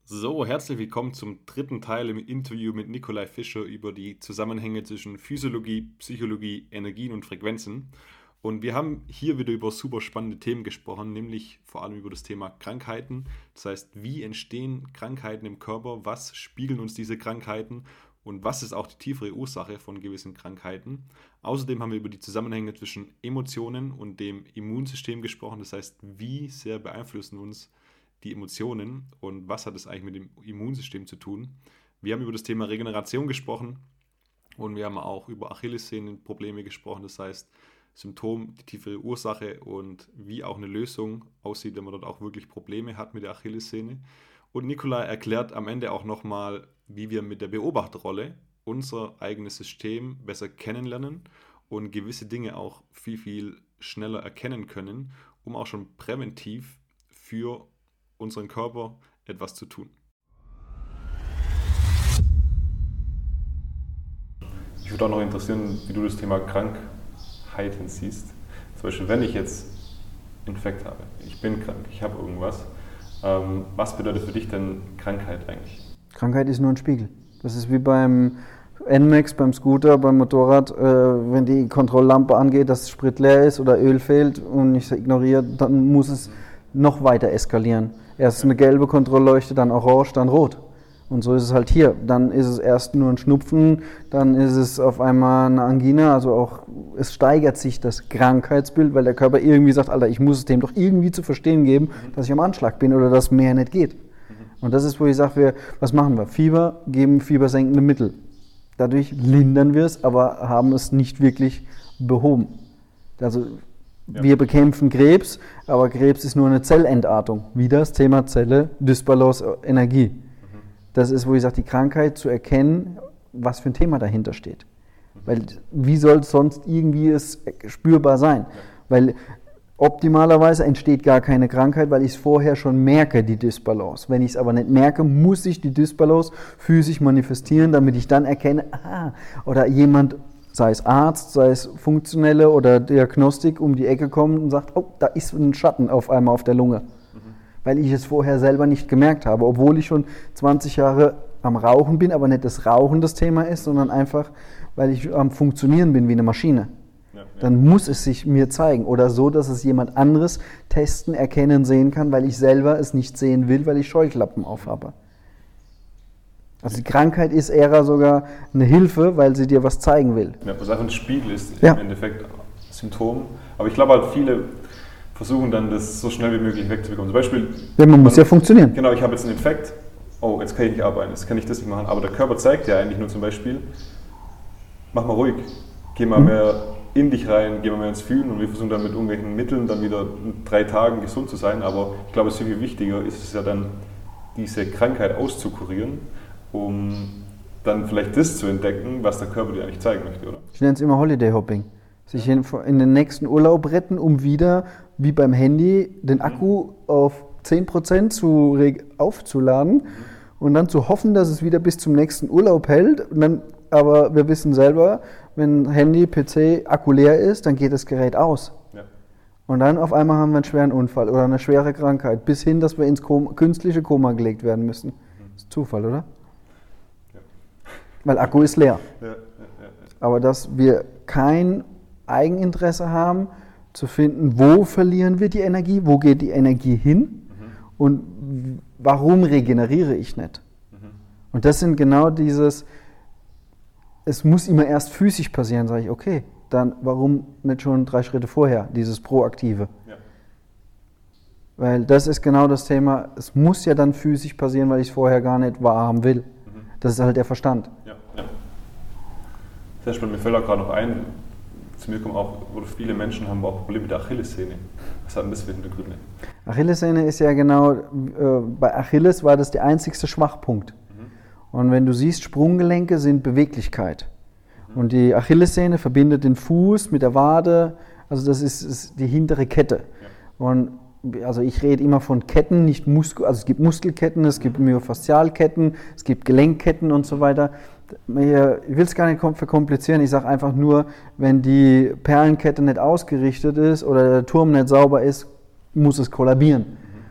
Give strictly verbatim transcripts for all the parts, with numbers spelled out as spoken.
So, herzlich willkommen zum dritten Teil im Interview mit Nikolai Fischer über die Zusammenhänge zwischen Physiologie, Psychologie, Energien und Frequenzen. Und wir haben hier wieder über super spannende Themen gesprochen, nämlich vor allem über das Thema Krankheiten. Das heißt, wie entstehen Krankheiten im Körper, was spiegeln uns diese Krankheiten und was ist auch die tiefere Ursache von gewissen Krankheiten. Außerdem haben wir über die Zusammenhänge zwischen Emotionen und dem Immunsystem gesprochen. Das heißt, wie sehr beeinflussen uns die Emotionen und was hat es eigentlich mit dem Immunsystem zu tun. Wir haben über das Thema Regeneration gesprochen und wir haben auch über Achillessehnenprobleme gesprochen, das heißt Symptom, die tiefere Ursache und wie auch eine Lösung aussieht, wenn man dort auch wirklich Probleme hat mit der Achillessehne. Und Nikolai erklärt am Ende auch nochmal, wie wir mit der Beobachterrolle unser eigenes System besser kennenlernen und gewisse Dinge auch viel, viel schneller erkennen können, um auch schon präventiv für unseren Körper etwas zu tun. Mich würde auch noch interessieren, wie du das Thema Krankheiten siehst. Zum Beispiel, wenn ich jetzt Infekt habe, ich bin krank, ich habe irgendwas. Ähm, was bedeutet für dich denn Krankheit eigentlich? Krankheit ist nur ein Spiegel. Das ist wie beim N-Max, beim Scooter, beim Motorrad. Äh, wenn die Kontrolllampe angeht, dass Sprit leer ist oder Öl fehlt und ich es ignoriere, dann muss es noch weiter eskalieren. Erst eine gelbe Kontrollleuchte, dann orange, dann rot. Und so ist es halt hier. Dann ist es erst nur ein Schnupfen, dann ist es auf einmal eine Angina. Also auch, es steigert sich das Krankheitsbild, weil der Körper irgendwie sagt, Alter, ich muss es dem doch irgendwie zu verstehen geben, mhm. dass ich am Anschlag bin oder dass mehr nicht geht. Mhm. Und das ist, wo ich sage, wir, was machen wir? Fieber, geben fiebersenkende Mittel. Dadurch lindern wir es, aber haben es nicht wirklich behoben. Also Ja. Wir bekämpfen Krebs, aber Krebs ist nur eine Zellentartung. Wieder das Thema Zelle, Dysbalance, Energie. Mhm. Das ist, wo ich sage, die Krankheit zu erkennen, was für ein Thema dahinter steht. Mhm. Weil wie soll es sonst irgendwie es spürbar sein? Ja. Weil optimalerweise entsteht gar keine Krankheit, weil ich es vorher schon merke, die Dysbalance. Wenn ich es aber nicht merke, muss ich die Dysbalance physisch manifestieren, damit ich dann erkenne, aha, oder jemand, sei es Arzt, sei es funktionelle oder Diagnostik, um die Ecke kommt und sagt, oh, da ist ein Schatten auf einmal auf der Lunge. Mhm. Weil ich es vorher selber nicht gemerkt habe, obwohl ich schon zwanzig Jahre am Rauchen bin, aber nicht das Rauchen das Thema ist, sondern einfach, weil ich am Funktionieren bin wie eine Maschine. Ja, ja. Dann muss es sich mir zeigen oder so, dass es jemand anderes testen, erkennen, sehen kann, weil ich selber es nicht sehen will, weil ich Scheuklappen aufhabe. Also die Krankheit ist eher sogar eine Hilfe, weil sie dir was zeigen will. Ja, was einfach ein Spiegel ist, ja. Im Endeffekt Symptom. Aber ich glaube halt, viele versuchen dann, das so schnell wie möglich wegzubekommen. Zum Beispiel, ja, man muss man, ja funktionieren. Genau, ich habe jetzt einen Infekt, oh, jetzt kann ich nicht arbeiten, jetzt kann ich das nicht machen. Aber der Körper zeigt ja eigentlich nur zum Beispiel, mach mal ruhig, geh mal mhm. mehr in dich rein, geh mal mehr ins Fühlen und wir versuchen dann mit irgendwelchen Mitteln dann wieder in drei Tagen gesund zu sein. Aber ich glaube, viel, viel wichtiger ist es ja dann, diese Krankheit auszukurieren, um dann vielleicht das zu entdecken, was der Körper dir eigentlich zeigen möchte, oder? Ich nenne es immer Holiday Hopping. Sich in, in den nächsten Urlaub retten, um wieder, wie beim Handy, den Akku auf zehn Prozent zu, aufzuladen mhm. und dann zu hoffen, dass es wieder bis zum nächsten Urlaub hält. Und dann, aber wir wissen selber, wenn Handy, P C, Akku leer ist, dann geht das Gerät aus. Ja. Und dann auf einmal haben wir einen schweren Unfall oder eine schwere Krankheit, bis hin, dass wir ins Koma, künstliche Koma gelegt werden müssen. Mhm. Das ist Zufall, oder? Weil Akku ist leer. Ja, ja, ja, ja. Aber dass wir kein Eigeninteresse haben, zu finden, wo verlieren wir die Energie, wo geht die Energie hin mhm. und warum regeneriere ich nicht. Mhm. Und das sind genau dieses, es muss immer erst physisch passieren, sage ich, okay, dann warum nicht schon drei Schritte vorher, dieses Proaktive. Ja. Weil das ist genau das Thema, es muss ja dann physisch passieren, weil ich es vorher gar nicht wahrhaben will. Das ist halt der Verstand. Ja, ja. Sehr spannend. Mir fällt auch gerade noch ein, zu mir kommen auch, oder viele Menschen haben auch Probleme mit der Achillessehne. Was hat denn das für Hintergründe? Achillessehne ist ja genau, äh, bei Achilles war das der einzigste Schwachpunkt. Mhm. Und wenn du siehst, Sprunggelenke sind Beweglichkeit. Mhm. Und die Achillessehne verbindet den Fuß mit der Wade, also das ist, ist die hintere Kette. Ja. Und also ich rede immer von Ketten, nicht Muskel, also es gibt Muskelketten, es gibt Myofaszialketten, es gibt Gelenkketten und so weiter. Ich will es gar nicht verkomplizieren, ich sage einfach nur, wenn die Perlenkette nicht ausgerichtet ist oder der Turm nicht sauber ist, muss es kollabieren.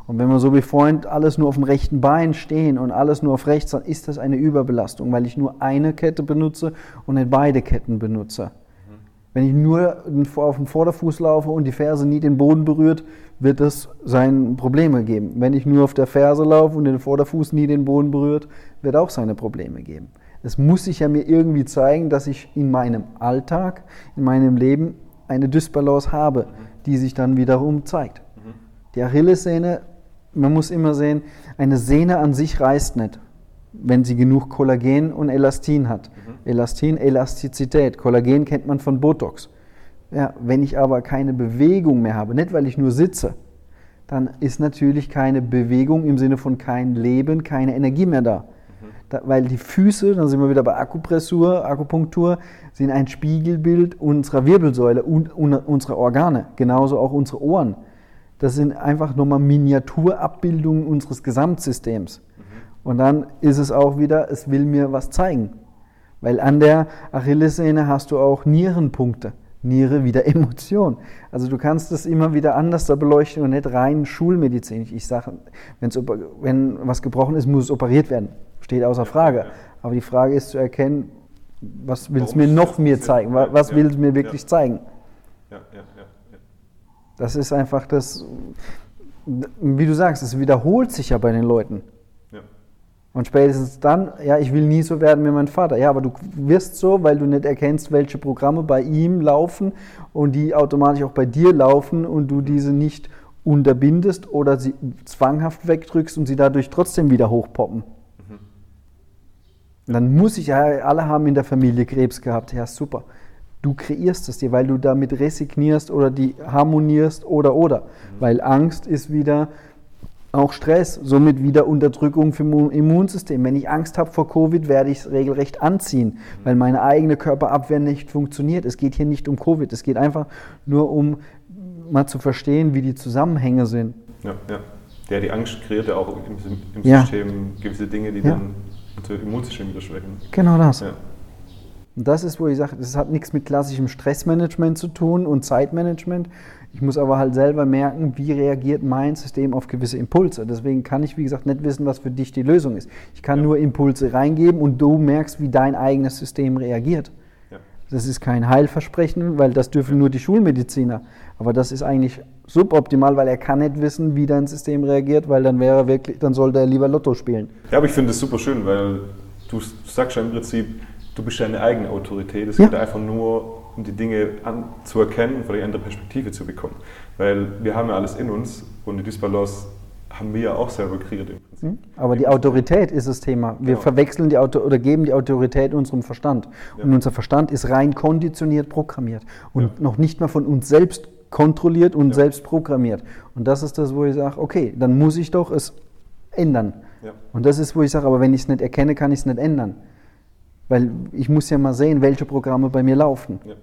Und wenn wir so wie vorhin alles nur auf dem rechten Bein stehen und alles nur auf rechts, dann ist das eine Überbelastung, weil ich nur eine Kette benutze und nicht beide Ketten benutze. Mhm. Wenn ich nur auf dem Vorderfuß laufe und die Ferse nie den Boden berührt, wird es seine Probleme geben. Wenn ich nur auf der Ferse laufe und den Vorderfuß nie den Boden berührt, wird auch seine Probleme geben. Es muss sich ja mir irgendwie zeigen, dass ich in meinem Alltag, in meinem Leben eine Dysbalance habe, die sich dann wiederum zeigt. Mhm. Die Achillessehne, man muss immer sehen, eine Sehne an sich reißt nicht, wenn sie genug Kollagen und Elastin hat. Mhm. Elastin, Elastizität. Kollagen kennt man von Botox. Ja, wenn ich aber keine Bewegung mehr habe, nicht weil ich nur sitze, dann ist natürlich keine Bewegung im Sinne von kein Leben, keine Energie mehr da. Mhm. da. Weil die Füße, dann sind wir wieder bei Akupressur, Akupunktur, sind ein Spiegelbild unserer Wirbelsäule und unserer Organe, genauso auch unsere Ohren. Das sind einfach nochmal Miniaturabbildungen unseres Gesamtsystems. Mhm. Und dann ist es auch wieder, es will mir was zeigen. Weil an der Achillessehne hast du auch Nierenpunkte. Niere wieder Emotion. Also du kannst das immer wieder anders da beleuchten und nicht rein schulmedizinisch. Ich sage, wenn was gebrochen ist, muss es operiert werden. Steht außer Frage. Aber die Frage ist zu erkennen, was will es mir noch mir zeigen? Was ja, will es mir wirklich ja. zeigen? Ja, ja, ja, ja. Das ist einfach das, wie du sagst, es wiederholt sich ja bei den Leuten. Ja. Und spätestens dann, ja, ich will nie so werden wie mein Vater. Ja, aber du wirst so, weil du nicht erkennst, welche Programme bei ihm laufen und die automatisch auch bei dir laufen und du diese nicht unterbindest oder sie zwanghaft wegdrückst und sie dadurch trotzdem wieder hochpoppen. Mhm. Dann muss ich ja, alle haben in der Familie Krebs gehabt. Ja, super. Du kreierst es dir, weil du damit resignierst oder die harmonierst oder oder. Mhm. Weil Angst ist wieder auch Stress, somit wieder Unterdrückung für das Immunsystem. Wenn ich Angst habe vor Covid, werde ich es regelrecht anziehen, mhm. weil meine eigene Körperabwehr nicht funktioniert. Es geht hier nicht um Covid, es geht einfach nur um mal zu verstehen, wie die Zusammenhänge sind. Ja, ja. Ja, die Angst kreiert ja auch im, im ja. System gewisse Dinge, die ja. dann unser Immunsystem wieder schwächen. Genau das. Ja. Und das ist, wo ich sage, das hat nichts mit klassischem Stressmanagement zu tun und Zeitmanagement. Ich muss aber halt selber merken, wie reagiert mein System auf gewisse Impulse. Deswegen kann ich, wie gesagt, nicht wissen, was für dich die Lösung ist. Ich kann ja. nur Impulse reingeben und du merkst, wie dein eigenes System reagiert. Ja. Das ist kein Heilversprechen, weil das dürfen nur die Schulmediziner. Aber das ist eigentlich suboptimal, weil er kann nicht wissen, wie dein System reagiert, weil dann wäre wirklich, dann sollte er lieber Lotto spielen. Ja, aber ich finde das super schön, weil du sagst ja im Prinzip, du bist deine eigene Autorität. Es ja. geht einfach nur um die Dinge anzuerkennen und von einer anderen Perspektive zu bekommen. Weil wir haben ja alles in uns und die Dysbalance haben wir ja auch selber kreiert im Prinzip. Aber die Autorität ist das Thema. Wir genau. verwechseln die Auto oder geben die Autorität unserem Verstand. Ja. Und unser Verstand ist rein konditioniert programmiert und ja. noch nicht mal von uns selbst kontrolliert und ja. selbst programmiert. Und das ist das, wo ich sage, okay, dann muss ich doch es ändern. Ja. Und das ist, wo ich sage, aber wenn ich es nicht erkenne, kann ich es nicht ändern. Weil ich muss ja mal sehen, welche Programme bei mir laufen. Ja.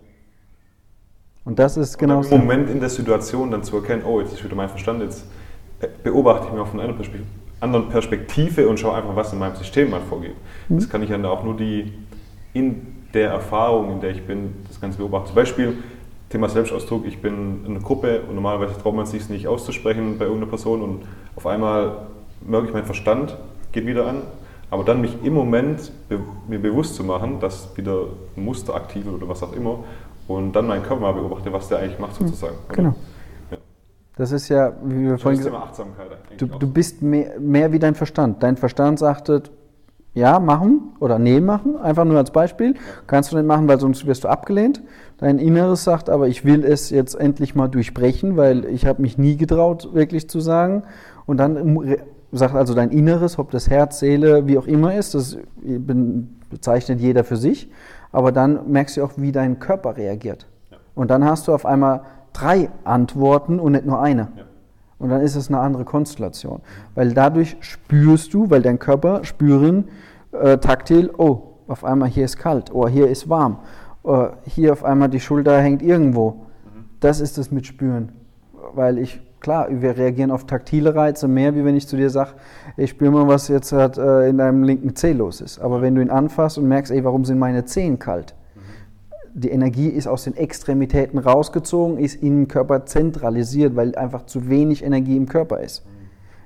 Und das ist genau so. Im Moment in der Situation dann zu erkennen, oh, jetzt ist wieder mein Verstand, jetzt beobachte ich mich von einer anderen Perspektive und schaue einfach, was in meinem System mal vorgeht. Mhm. Das kann ich dann auch nur die, in der Erfahrung, in der ich bin, das Ganze beobachten. Zum Beispiel Thema Selbstausdruck, ich bin in einer Gruppe und normalerweise traut man sich es nicht auszusprechen bei irgendeiner Person und auf einmal merke ich, mein Verstand geht wieder an. Aber dann mich im Moment be- mir bewusst zu machen, dass wieder ein Muster aktiv wird oder was auch immer und dann meinen Körper mal beobachte, was der eigentlich macht sozusagen. Genau. Ja. Das ist ja, wie wir vorhin gesagt haben, du, du bist mehr, mehr wie dein Verstand. Dein Verstand sagte, ja, machen oder nee, machen, einfach nur als Beispiel. Ja. Kannst du nicht machen, weil sonst wirst du abgelehnt. Dein Inneres sagt aber, ich will es jetzt endlich mal durchbrechen, weil ich habe mich nie getraut, wirklich zu sagen. Und dann sagt also dein Inneres, ob das Herz, Seele, wie auch immer ist, das bezeichnet jeder für sich, aber dann merkst du auch, wie dein Körper reagiert. Ja. Und dann hast du auf einmal drei Antworten und nicht nur eine. Ja. Und dann ist es eine andere Konstellation. Mhm. Weil dadurch spürst du, weil dein Körper spüren, äh, taktil, oh, auf einmal hier ist kalt, oh, hier ist warm, oh, hier auf einmal die Schulter hängt irgendwo. Mhm. Das ist das mit Spüren. Weil ich Klar, wir reagieren auf taktile Reize mehr, wie wenn ich zu dir sage, ich spüre mal, was jetzt halt, äh, in deinem linken Zeh los ist. Aber wenn du ihn anfasst und merkst, ey, warum sind meine Zehen kalt? Mhm. Die Energie ist aus den Extremitäten rausgezogen, ist im Körper zentralisiert, weil einfach zu wenig Energie im Körper ist. Mhm.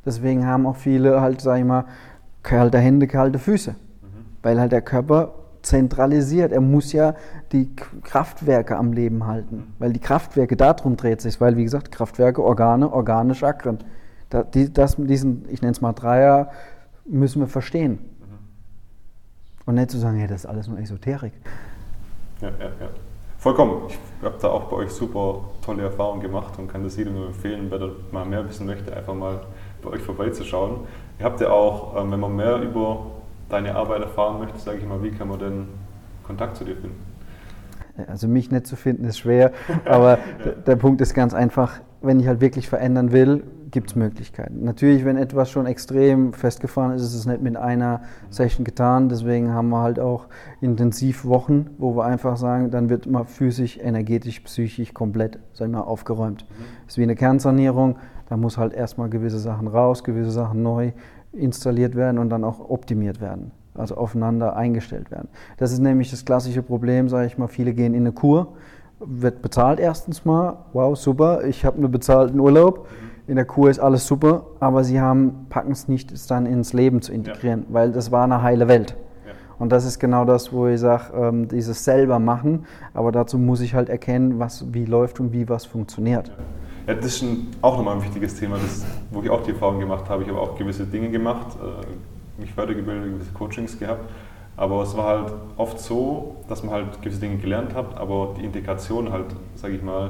Deswegen haben auch viele halt, sag ich mal, kalte Hände, kalte Füße. Mhm. Weil halt der Körper zentralisiert. Er muss ja die Kraftwerke am Leben halten. Mhm. Weil die Kraftwerke, darum dreht sich. Weil, wie gesagt, Kraftwerke, Organe, Organe, Chakren. Da, die, das, diesen, ich nenne es mal Dreier, müssen wir verstehen. Mhm. Und nicht zu sagen, hey, das ist alles nur Esoterik. Ja, ja, ja. Vollkommen. Ich habe da auch bei euch super tolle Erfahrungen gemacht und kann das jedem nur empfehlen, wer da mal mehr wissen möchte, einfach mal bei euch vorbeizuschauen. Ihr habt ja auch, wenn man mehr über deine Arbeit erfahren möchte, sage ich mal, wie kann man denn Kontakt zu dir finden? Also mich nicht zu finden ist schwer, aber ja. Der Punkt ist ganz einfach, wenn ich halt wirklich verändern will, gibt es Möglichkeiten. Natürlich, wenn etwas schon extrem festgefahren ist, ist es nicht mit einer Session getan. Deswegen haben wir halt auch Intensivwochen, wo wir einfach sagen, dann wird mal physisch, energetisch, psychisch komplett, sag ich mal, aufgeräumt. Mhm. Das ist wie eine Kernsanierung, da muss halt erstmal gewisse Sachen raus, gewisse Sachen neu installiert werden und dann auch optimiert werden. Also aufeinander eingestellt werden. Das ist nämlich das klassische Problem, sage ich mal, viele gehen in eine Kur, wird bezahlt erstens mal, wow, super, ich habe einen bezahlten Urlaub, in der Kur ist alles super, aber sie haben, packen es nicht, es dann ins Leben zu integrieren, ja. Weil das war eine heile Welt. Ja. Und das ist genau das, wo ich sage, ähm, dieses selber machen, aber dazu muss ich halt erkennen, was wie läuft und wie was funktioniert. Ja, ja, das ist ein, auch nochmal ein wichtiges Thema, das, wo ich auch die Erfahrung gemacht habe. Ich habe auch gewisse Dinge gemacht, äh, mich weitergebildet, gewisse Coachings gehabt, aber es war halt oft so, dass man halt gewisse Dinge gelernt hat, aber die Integration halt, sage ich mal,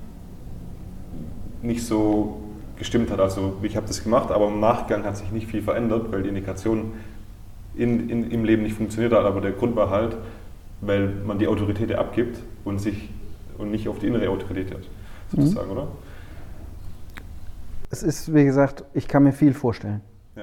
nicht so gestimmt hat. Also ich habe das gemacht, aber im Nachgang hat sich nicht viel verändert, weil die Integration in, in, im Leben nicht funktioniert hat. Aber der Grund war halt, weil man die Autorität abgibt und sich und nicht auf die innere Autorität hat, sozusagen, mhm. oder? Es ist, wie gesagt, ich kann mir viel vorstellen. Ja.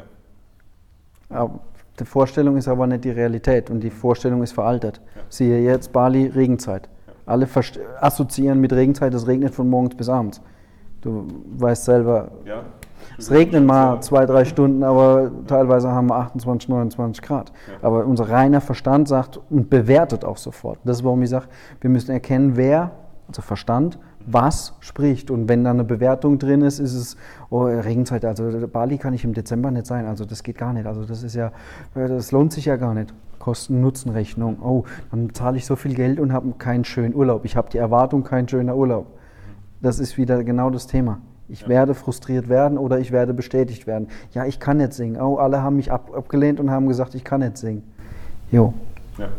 Aber die Vorstellung ist aber nicht die Realität und die Vorstellung ist veraltet. Ja. Siehe jetzt Bali, Regenzeit. Ja. Alle assoziieren mit Regenzeit, es regnet von morgens bis abends. Du weißt selber, ja, es regnet mal zwei, drei Stunden, aber teilweise haben wir achtundzwanzig, neunundzwanzig Grad. Ja. Aber unser reiner Verstand sagt und bewertet auch sofort. Das ist, warum ich sage, wir müssen erkennen, wer, also Verstand, was spricht. Und wenn da eine Bewertung drin ist, ist es, oh, Regenzeit, also Bali kann ich im Dezember nicht sein, also das geht gar nicht. Also das ist ja, das lohnt sich ja gar nicht. Kosten-Nutzen-Rechnung, oh, dann zahle ich so viel Geld und habe keinen schönen Urlaub. Ich habe die Erwartung, kein schöner Urlaub. Das ist wieder genau das Thema. Ich ja. werde frustriert werden oder ich werde bestätigt werden. Ja, ich kann nicht singen. Oh, alle haben mich ab, abgelehnt und haben gesagt, ich kann nicht singen. Jo. Ja.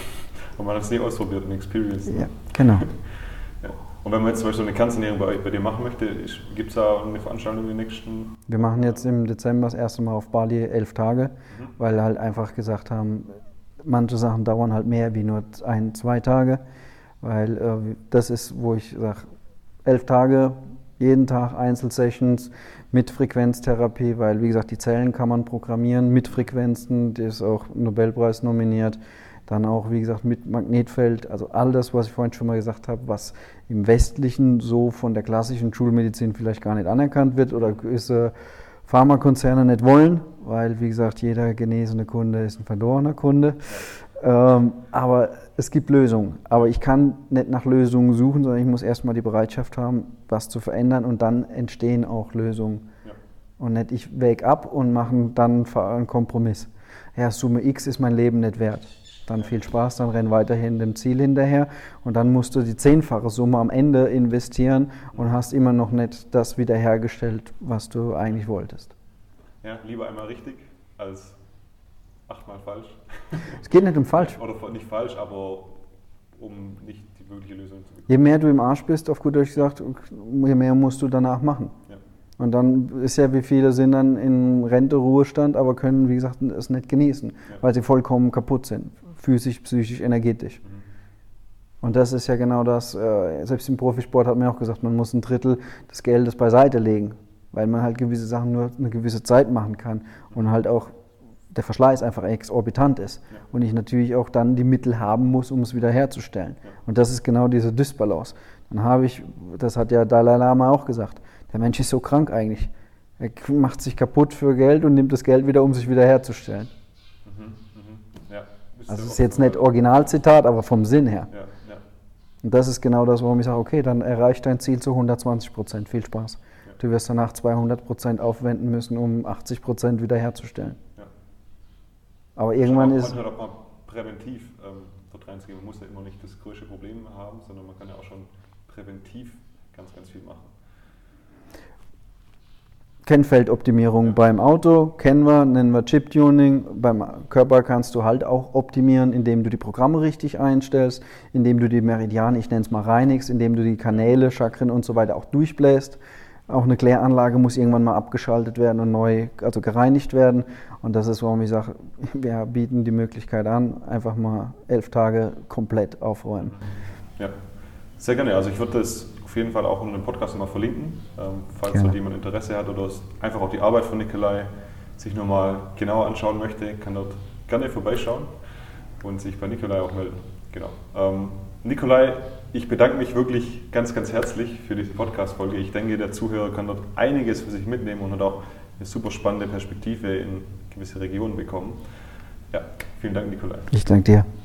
Und man hat es nie ausprobiert und experienced. Ja, genau. Ja. Und wenn man jetzt zum Beispiel eine Kernsanierung bei, bei dir machen möchte, gibt es da eine Veranstaltung in den nächsten? Wir machen jetzt im Dezember das erste Mal auf Bali elf Tage, mhm. weil wir halt einfach gesagt haben, manche Sachen dauern halt mehr wie nur ein, zwei Tage, weil äh, das ist, wo ich sage, elf Tage, jeden Tag Einzelsessions mit Frequenztherapie, weil wie gesagt, die Zellen kann man programmieren mit Frequenzen, die ist auch Nobelpreis nominiert. Dann auch, wie gesagt, mit Magnetfeld, also all das, was ich vorhin schon mal gesagt habe, was im Westlichen so von der klassischen Schulmedizin vielleicht gar nicht anerkannt wird oder gewisse Pharmakonzerne nicht wollen, weil, wie gesagt, jeder genesene Kunde ist ein verlorener Kunde. Ähm, aber es gibt Lösungen. Aber ich kann nicht nach Lösungen suchen, sondern ich muss erstmal die Bereitschaft haben, was zu verändern und dann entstehen auch Lösungen. Ja. Und nicht ich wäge ab und mache dann einen Kompromiss. Ja, Summe X ist mein Leben nicht wert. Dann viel Spaß, dann renn weiterhin dem Ziel hinterher und dann musst du die zehnfache Summe am Ende investieren und hast immer noch nicht das wiederhergestellt, was du eigentlich wolltest. Ja, lieber einmal richtig als achtmal falsch. Es geht nicht um falsch. Oder nicht falsch, aber um nicht die wirkliche Lösung zu bekommen. Je mehr du im Arsch bist, auf gut Deutsch gesagt, je mehr musst du danach machen. Ja. Und dann ist ja, wie viele sind dann in Rente, Ruhestand, aber können, wie gesagt, es nicht genießen, ja. weil sie vollkommen kaputt sind. Physisch, psychisch, energetisch. Mhm. Und das ist ja genau das, äh, selbst im Profisport hat man auch gesagt, man muss ein Drittel des Geldes beiseite legen, weil man halt gewisse Sachen nur eine gewisse Zeit machen kann und halt auch der Verschleiß einfach exorbitant ist ja. und ich natürlich auch dann die Mittel haben muss, um es wieder herzustellen. Ja. Und das ist genau diese Dysbalance. Dann habe ich, das hat ja Dalai Lama auch gesagt, der Mensch ist so krank eigentlich. Er macht sich kaputt für Geld und nimmt das Geld wieder, um sich wieder herzustellen. Mhm. Mhm. Ja. Also es ist jetzt nicht Originalzitat, aber vom Sinn her. Ja, ja. Und das ist genau das, warum ich sage, okay, dann erreicht dein Ziel zu hundertzwanzig Prozent. Viel Spaß. Ja. Du wirst danach zweihundert Prozent aufwenden müssen, um achtzig Prozent wiederherzustellen. Ja. Aber irgendwann ist... Man kann auch mal präventiv ähm, dort reinzugehen. Man muss ja immer nicht das größte Problem haben, sondern man kann ja auch schon präventiv ganz, ganz viel machen. Kennfeldoptimierung ja. beim Auto, kennen wir, nennen wir Chip-Tuning. Beim Körper kannst du halt auch optimieren, indem du die Programme richtig einstellst, indem du die Meridiane, ich nenne es mal reinigst, indem du die Kanäle, Chakren und so weiter auch durchbläst. Auch eine Kläranlage muss irgendwann mal abgeschaltet werden und neu, also gereinigt werden. Und das ist, warum ich sage, wir bieten die Möglichkeit an, einfach mal elf Tage komplett aufräumen. Ja, sehr gerne. Also ich würde das auf jeden Fall auch unter dem Podcast mal verlinken, ähm, falls Gerne. dort jemand Interesse hat oder einfach auch die Arbeit von Nikolai sich nochmal genauer anschauen möchte, kann dort gerne vorbeischauen und sich bei Nikolai auch melden. Genau. Ähm, Nikolai, ich bedanke mich wirklich ganz, ganz herzlich für diese Podcast-Folge. Ich denke, der Zuhörer kann dort einiges für sich mitnehmen und hat auch eine super spannende Perspektive in gewisse Regionen bekommen. Ja, vielen Dank, Nikolai. Ich danke dir.